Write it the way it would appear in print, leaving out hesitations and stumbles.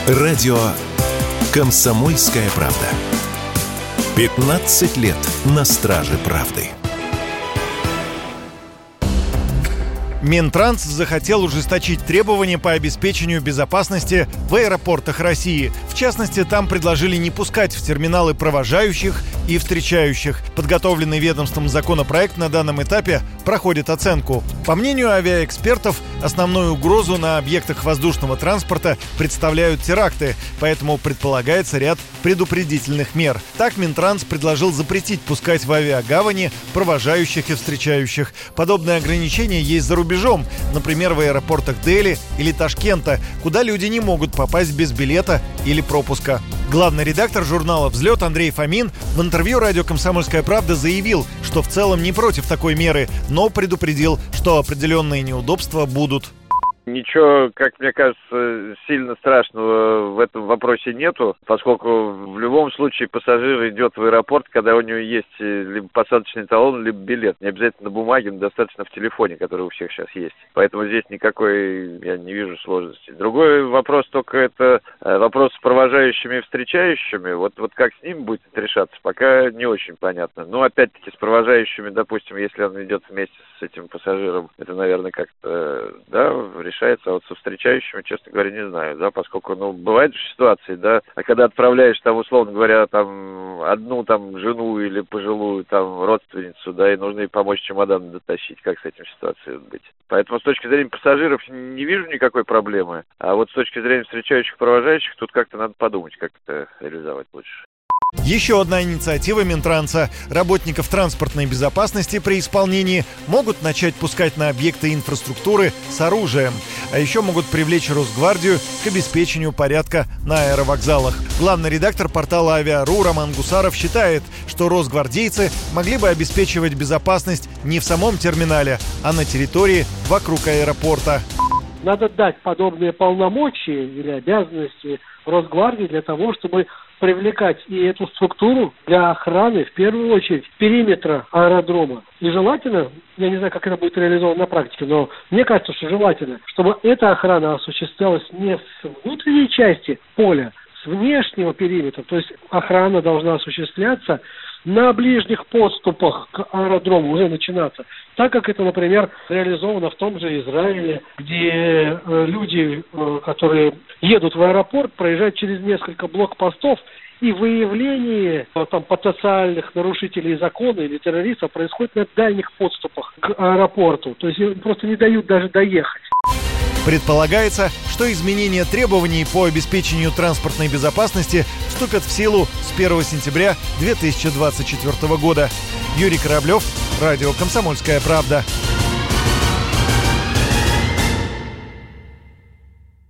Радио «Комсомольская правда». 15 лет на страже правды. Минтранс захотел ужесточить требования по обеспечению безопасности в аэропортах России. В частности, там предложили не пускать в терминалы провожающих и встречающих. Подготовленный ведомством законопроект на данном этапе проходит оценку. По мнению авиаэкспертов, основную угрозу на объектах воздушного транспорта представляют теракты, поэтому предполагается ряд предупредительных мер. Так Минтранс предложил запретить пускать в авиагавани провожающих и встречающих. Подобные ограничения есть за рубежом, например, в аэропортах Дели или Ташкента, куда люди не могут попасть без билета или пропуска. Главный редактор журнала «Взлет» Андрей Фомин в интервью радио «Комсомольская правда» заявил, что в целом не против такой меры, но предупредил, что определенные неудобства будут. Ничего, как мне кажется, сильно страшного в этом вопросе нету, поскольку в любом случае пассажир идет в аэропорт, когда у него есть либо посадочный талон, либо билет. Не обязательно на бумаге, но достаточно в телефоне, который у всех сейчас есть. Поэтому здесь никакой, я не вижу сложности. Другой вопрос только это вопрос с провожающими и встречающими. Вот как с ними будет решаться, пока не очень понятно. Но опять-таки с провожающими, допустим, если он идет вместе с этим пассажиром, это, наверное, как-то, решается, а вот со встречающими, честно говоря, не знаю, поскольку, бывают же ситуации, когда отправляешь, условно говоря, одну, жену или пожилую, родственницу, и нужно ей помочь чемодан дотащить, как с этим ситуацией быть. Поэтому с точки зрения пассажиров не вижу никакой проблемы, а вот с точки зрения встречающих, провожающих, тут как-то надо подумать, как это реализовать лучше. Еще одна инициатива Минтранса. Работников транспортной безопасности при исполнении могут начать пускать на объекты инфраструктуры с оружием. А еще могут привлечь Росгвардию к обеспечению порядка на аэровокзалах. Главный редактор портала Авиа.ру Роман Гусаров считает, что росгвардейцы могли бы обеспечивать безопасность не в самом терминале, а на территории вокруг аэропорта. Надо дать подобные полномочия или обязанности Росгвардии для того, чтобы привлекать и эту структуру для охраны, в первую очередь, периметра аэродрома. И желательно, я не знаю, как это будет реализовано на практике, но мне кажется, что желательно, чтобы эта охрана осуществлялась не с внутренней части поля, с внешнего периметра. То есть охрана должна осуществляться на ближних подступах к аэродрому, уже начинаться. Так как это, например, реализовано в том же Израиле, где люди, которые едут в аэропорт, проезжают через несколько блокпостов, и выявление потенциальных нарушителей закона или террористов происходит на дальних подступах к аэропорту. То есть им просто не дают даже доехать. Предполагается, что изменения требований по обеспечению транспортной безопасности вступят в силу с 1 сентября 2024 года. Юрий Кораблев, радио «Комсомольская правда».